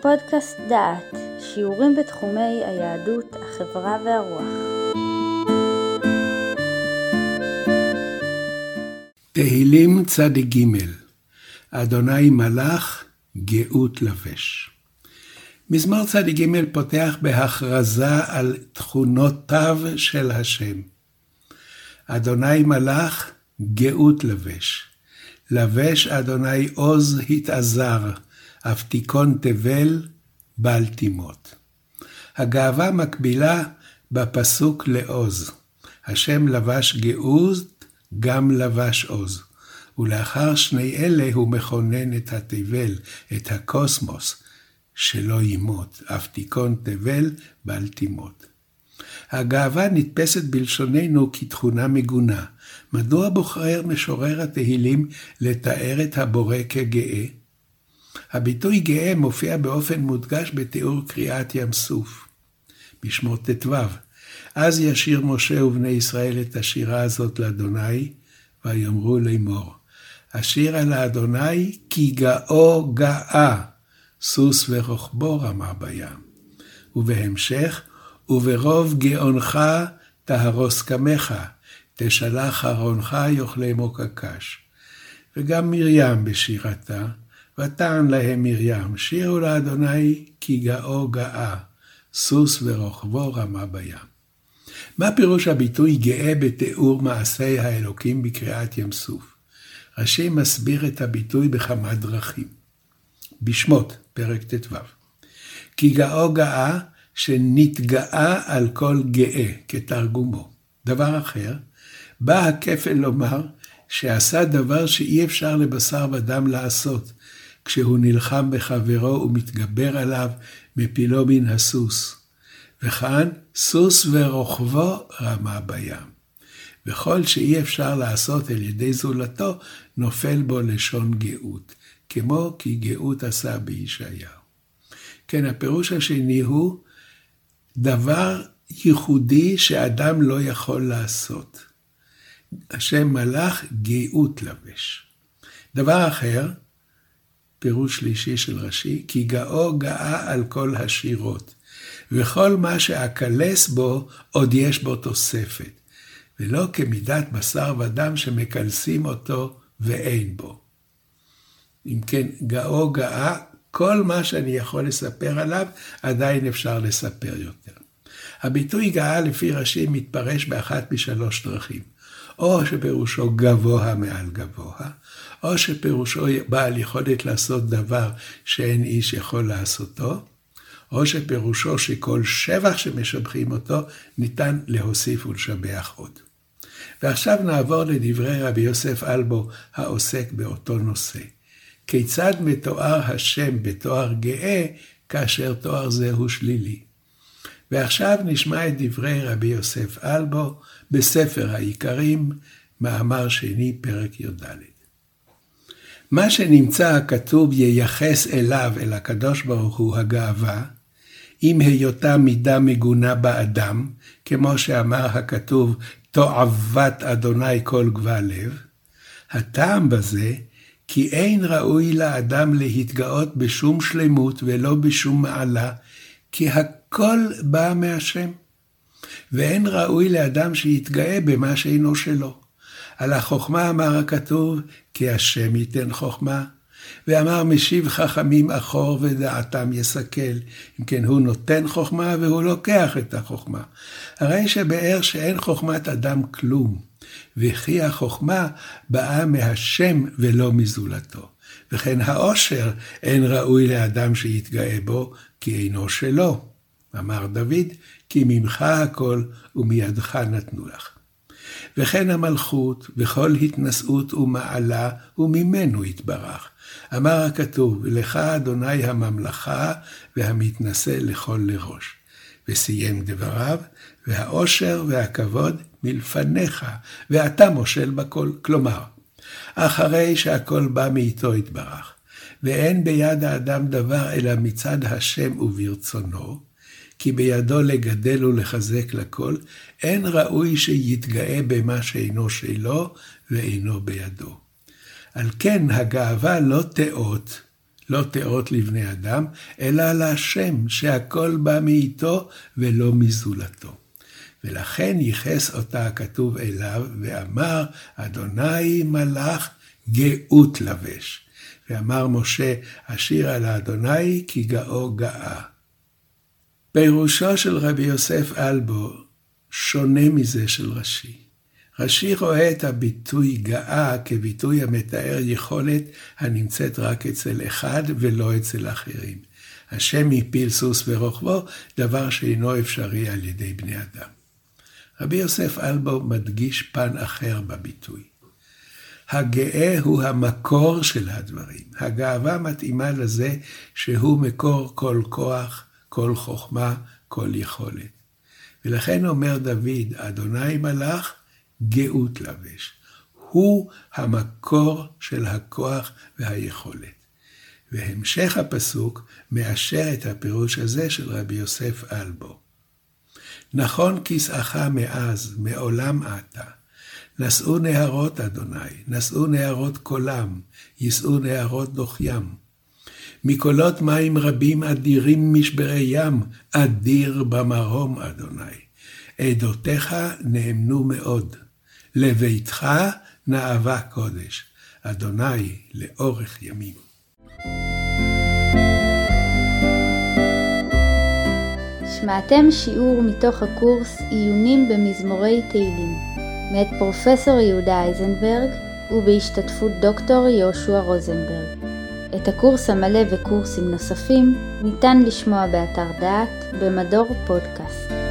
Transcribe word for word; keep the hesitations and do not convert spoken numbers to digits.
פודקאסט דעת, שיעורים בתחומי היהדות, החברה והרוח. תהילים צדיק ג' אדוני מלך גאות לבש. מזמור צדיק ג' פותח בהכרזה על תכונותיו של השם. אדוני מלך גאות לבש. לבש אדוני עוז התעזר, אף תיכון תבל בל תימות. הגאווה מקבילה בפסוק לעוז. השם לבש גאות, גם לבש עוז. ולאחר שני אלה הוא מכונן את התבל, את הקוסמוס, שלא ימות, אף תיכון תבל בל תימות. הגאווה נתפסת בלשוננו כתכונה מגונה. מדוע בוחר משורר התהילים לתאר את הבורא כגאה? הביטוי גאה מופיע באופן מודגש בתיאור קריאת ים סוף. בשמות ט"ו, אז ישיר משה ובני ישראל את השירה הזאת לאדוני, ויאמרו לאמור, השירה לאדוני כי גאו גאה, סוס ורוחבו רמה בים. ובהמשך, וברוב גאונך תהרוס קמך, תשלח ארונך יאכלי מוקקש. וגם מרים בשירתה, ותען להם מרים, שירו לאדוני כי גאו גאה, סוס ורוחבו רמה בים. מה פירוש הביטוי גאה בתיאור מעשי האלוקים בקריאת ים סוף? רש"י מסביר את הביטוי בכמה דרכים. בשמות, פרק ט"ו. כי גאו גאה שנתגאה על כל גאה, כתרגומו. דבר אחר, בא הכפל לומר שעשה דבר שאי אפשר לבשר ודם לעשות, כשהוא נלחם בחברו ומתגבר עליו מפילו מן הסוס. וכאן סוס ורוחבו רמה בים. וכל שאי אפשר לעשות על ידי זולתו, נופל בו לשון גאות, כמו כי גאות עשה בישעיהו. כן, הפירוש השני הוא דבר ייחודי שאדם לא יכול לעשות. השם מלך גאות לבש. דבר אחר, פירוש שלישי של רש"י, כי גאו גאה על כל השירות, וכל מה שאקלס בו עוד יש בו תוספת, ולא כמידת בשר ודם שמקלסים אותו ואין בו. אם כן, גאו גאה, כל מה שאני יכול לספר עליו, עדיין אפשר לספר יותר. הביטוי גאה לפי רש"י מתפרש באחת משלוש דרכים. או שפירושו גבוה מעל גבוה, או שפירושו בעל יכולת לעשות דבר שאין איש יכול לעשותו, או שפירושו שכל שבח שמשבחים אותו ניתן להוסיף ולשבח עוד. ועכשיו נעבור לדברי רבי יוסף אלבו העוסק באותו נושא. כיצד מתואר השם בתואר גאה כאשר תואר זה הוא שלילי? ועכשיו נשמע את דברי רבי יוסף אלבו בספר העיקרים, מאמר שני פרק י"ד. מה שנמצא הכתוב ייחס אליו, אל הקדוש ברוך הוא, הגאווה, עם היותה מידה מגונה באדם, כמו שאמר הכתוב, תועבת אדוני כל גבה לב. הטעם בזה, כי אין ראוי לאדם להתגאות בשום שלמות ולא בשום מעלה, כי הכל בא מהשם. ואין ראוי לאדם שיתגאה במה שאינו שלו. על החוכמה אמר הכתוב, כי השם ייתן חוכמה. ואמר משיב חכמים אחור ודעתם יסכל. אם כן, הוא נותן חוכמה והוא לוקח את החוכמה. הרי שבאר שאין חוכמת אדם כלום. וכי החוכמה באה מהשם ולא מזולתו. וכן העושר אין ראוי לאדם שיתגאה בו, כי אינו שלו. אמר דוד, כי ממך הכל ומידך נתנו לך. וכן המלכות וכל התנשאות ומעלה וממנו יתברך. אמר הכתוב, לך אדוני הממלכה והמתנשא לכל לראש. וסיים דבריו, והעושר והכבוד מלפניך, ואתה מושל בכל. כלומר, אחרי שהכל בא מאיתו יתברך, ואין ביד האדם דבר אלא מצד השם וברצונו, כי בידו לגדל ולחזק לכל, אין ראוי שיתגאה במה שאינו שלו ואינו בידו. על כן הגאווה לא תאות, לא תאות לבני אדם, אלא על השם, שהכל בא מאיתו ולא מזולתו. ולכן ייחס אותה הכתוב אליו, ואמר, אדוני מלאך גאות לבש. ואמר משה, אשיר על האדוני כי גאו גאה. פירושו של רבי יוסף אלבו שונה מזה של רש"י. רש"י רואה את הביטוי גאה כביטוי המתאר יכולת הנמצאת רק אצל אחד ולא אצל אחרים. השם הפיל סוס ברוחבו, דבר שאינו אפשרי על ידי בני אדם. רבי יוסף אלבו מדגיש פן אחר בביטוי. הגאה הוא המקור של הדברים. הגאווה מתאימה לזה שהוא מקור כל כוח, כל חוכמה, כל יכולת. ולכן אומר דוד, אדוני מלאך גאות לבש. הוא המקור של הכוח והיכולת. והמשך הפסוק מאשר את הפירוש הזה של רבי יוסף אלבו. נכון כסאך מאז, מעולם אתה. נשאו נהרות אדוני, נשאו נהרות קולם, יישאו נהרות דוחיים. מקולות מים רבים אדירים משברי ים, אדיר במרום אדוני. עדותיך נאמנו מאוד, לביתך נאווה קודש, אדוני לאורך ימים. שמעתם שיעור מתוך הקורס עיונים במזמורי תהילים, מאת פרופסור יהודה אייזנברג ובהשתתפות דוקטור יהושע רוזנברג. את הקורס המלא וקורסים נוספים ניתן לשמוע באתר דעת במדור פודקאסט.